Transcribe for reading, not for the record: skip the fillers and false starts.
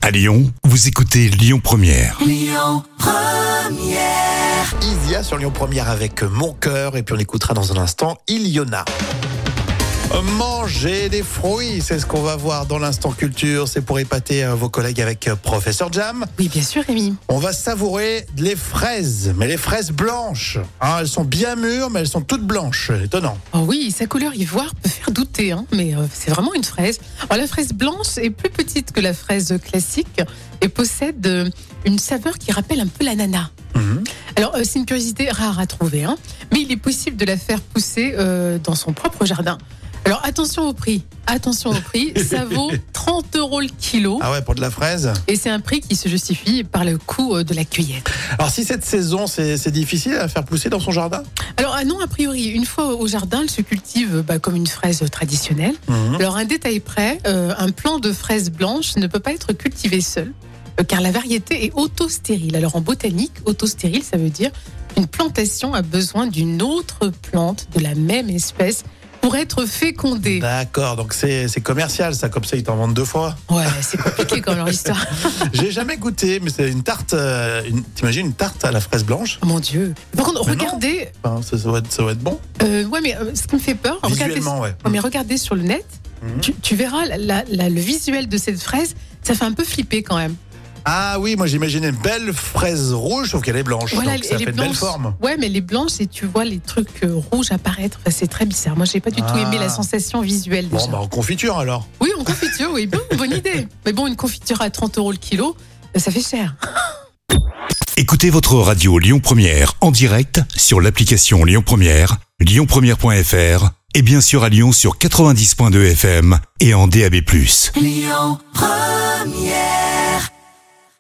À Lyon, vous écoutez Lyon Première. Isia sur Lyon Première avec Mon Cœur. Et puis on écoutera dans un instant Iliona. Manger des fruits, c'est ce qu'on va voir dans l'instant culture. C'est pour épater vos collègues avec Professeur Jam. Oui, bien sûr, Rémi. On va savourer les fraises, mais les fraises blanches. Elles sont bien mûres, mais elles sont toutes blanches. Étonnant. Oh oui, sa couleur ivoire peut faire douter, mais c'est vraiment une fraise. Alors, la fraise blanche est plus petite que la fraise classique et possède une saveur qui rappelle un peu l'ananas. Alors, c'est une curiosité rare à trouver, mais il est possible de la faire pousser dans son propre jardin. Alors, attention au prix, ça vaut 30 € le kilo. Ah ouais, pour de la fraise. Et c'est un prix qui se justifie par le coût de la cueillette. Alors, si cette saison, c'est difficile à faire pousser dans son jardin ? Alors, non, a priori, une fois au jardin, elle se cultive comme une fraise traditionnelle. Alors, un détail près, un plant de fraise blanche ne peut pas être cultivé seul, car la variété est autostérile. Alors, en botanique, autostérile, ça veut dire qu'une plantation a besoin d'une autre plante de la même espèce pour être fécondée. D'accord, donc c'est commercial, ça, comme ça, ils t'en vendent 2 fois. Ouais, c'est compliqué comme leur histoire. J'ai jamais goûté, mais c'est une tarte, t'imagines une tarte à la fraise blanche ? Oh mon Dieu. Par contre, Mais regardez. Enfin, ça doit être bon. Ouais, mais ce qui me fait peur, Visuellement, ouais. Mais regardez sur le net, tu verras le visuel de cette fraise, ça fait un peu flipper quand même. Ah oui, moi j'imaginais une belle fraise rouge, sauf qu'elle est blanche, Voilà, donc ça fait de belles formes. Ouais, mais les blanches, et tu vois les trucs rouges apparaître, c'est très bizarre. Moi, j'ai pas du tout aimé la sensation visuelle déjà. Bon, en confiture alors. Oui, en confiture, oui, bonne idée. Mais bon, une confiture à 30 € le kilo, ça fait cher. Écoutez votre radio Lyon Première en direct sur l'application Lyon Première, lyonpremière.fr et bien sûr à Lyon sur 90.2 FM et en DAB+. Lyon Première.